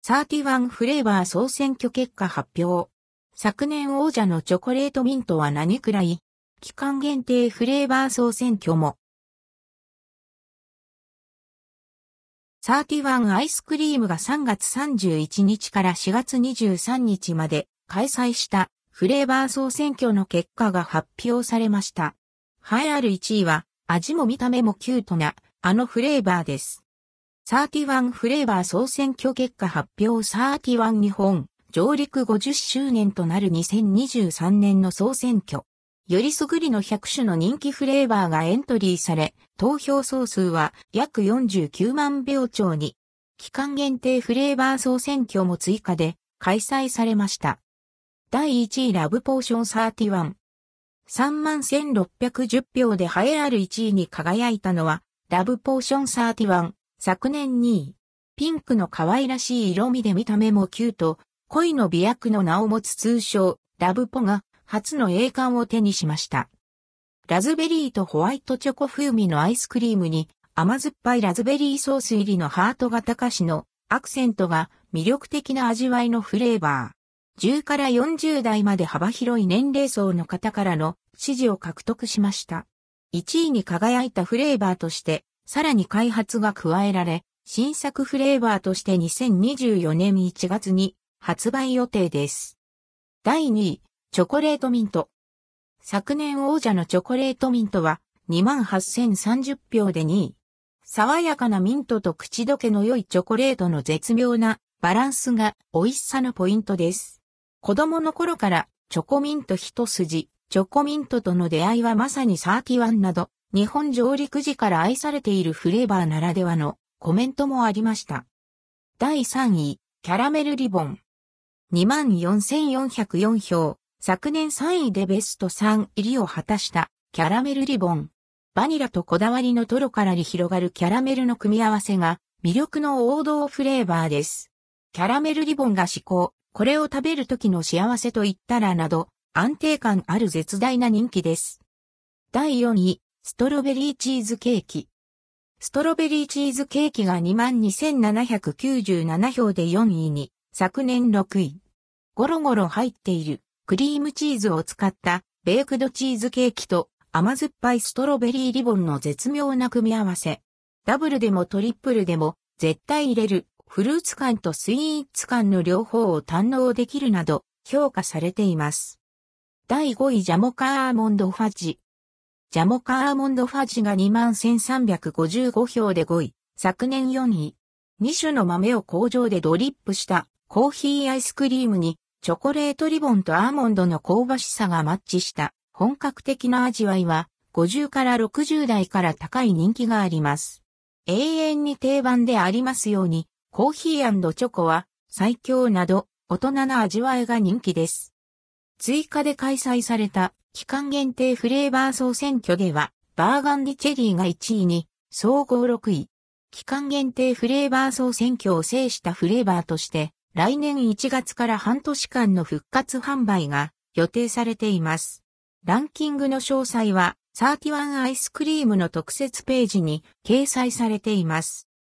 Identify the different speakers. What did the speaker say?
Speaker 1: 31フレーバー総選挙結果発表。昨年王者のチョコレートミントは何くらい？期間限定フレーバー総選挙も。31アイスクリームが3月31日から4月23日まで開催したフレーバー総選挙の結果が発表されました。栄えある1位は味も見た目もキュートなあのフレーバーです。31フレーバー総選挙結果発表31日本上陸50周年となる2023年の総選挙。よりすぐりの100種の人気フレーバーがエントリーされ、投票総数は約49万票超に。期間限定フレーバー総選挙も追加で開催されました。第1位ラブポーション31。31,610票で栄えある1位に輝いたのは、ラブポーション31。昨年2位。ピンクの可愛らしい色味で見た目もキュート、恋の美薬の名を持つ通称、ラブポが初の栄冠を手にしました。ラズベリーとホワイトチョコ風味のアイスクリームに甘酸っぱいラズベリーソース入りのハート型菓子のアクセントが魅力的な味わいのフレーバー。10から40代まで幅広い年齢層の方からの支持を獲得しました。1位に輝いたフレーバーとして、さらに開発が加えられ、新作フレーバーとして2024年1月に発売予定です。第2位、チョコレートミント。昨年王者のチョコレートミントは28,030票で2位。爽やかなミントと口どけの良いチョコレートの絶妙なバランスが美味しさのポイントです。子供の頃からチョコミント一筋、チョコミントとの出会いはまさに31など、日本上陸時から愛されているフレーバーならではのコメントもありました。第3位、キャラメルリボン。24,404票。昨年3位でベスト3入りを果たしたキャラメルリボン。バニラとこだわりのトロからに広がるキャラメルの組み合わせが魅力の王道フレーバーです。キャラメルリボンが至高、これを食べる時の幸せと言ったらなど安定感ある絶大な人気です。第4位。ストロベリーチーズケーキ。ストロベリーチーズケーキが22,797票で4位に、昨年6位。ゴロゴロ入っているクリームチーズを使ったベークドチーズケーキと甘酸っぱいストロベリーリボンの絶妙な組み合わせ。ダブルでもトリプルでも絶対入れるフルーツ感とスイーツ感の両方を堪能できるなど評価されています。第5位ジャモカアーモンドファッジ。ジャモカアーモンドファッジが21,355票で5位、昨年4位。2種の豆を工場でドリップしたコーヒーアイスクリームにチョコレートリボンとアーモンドの香ばしさがマッチした本格的な味わいは50から60代から高い人気があります。永遠に定番でありますようにコーヒー&チョコは最強など大人な味わいが人気です。追加で開催された期間限定フレーバー総選挙では、バーガンディチェリーが1位に、総合6位。期間限定フレーバー総選挙を制したフレーバーとして、来年1月から半年間の復活販売が予定されています。ランキングの詳細は、31アイスクリームの特設ページに掲載されています。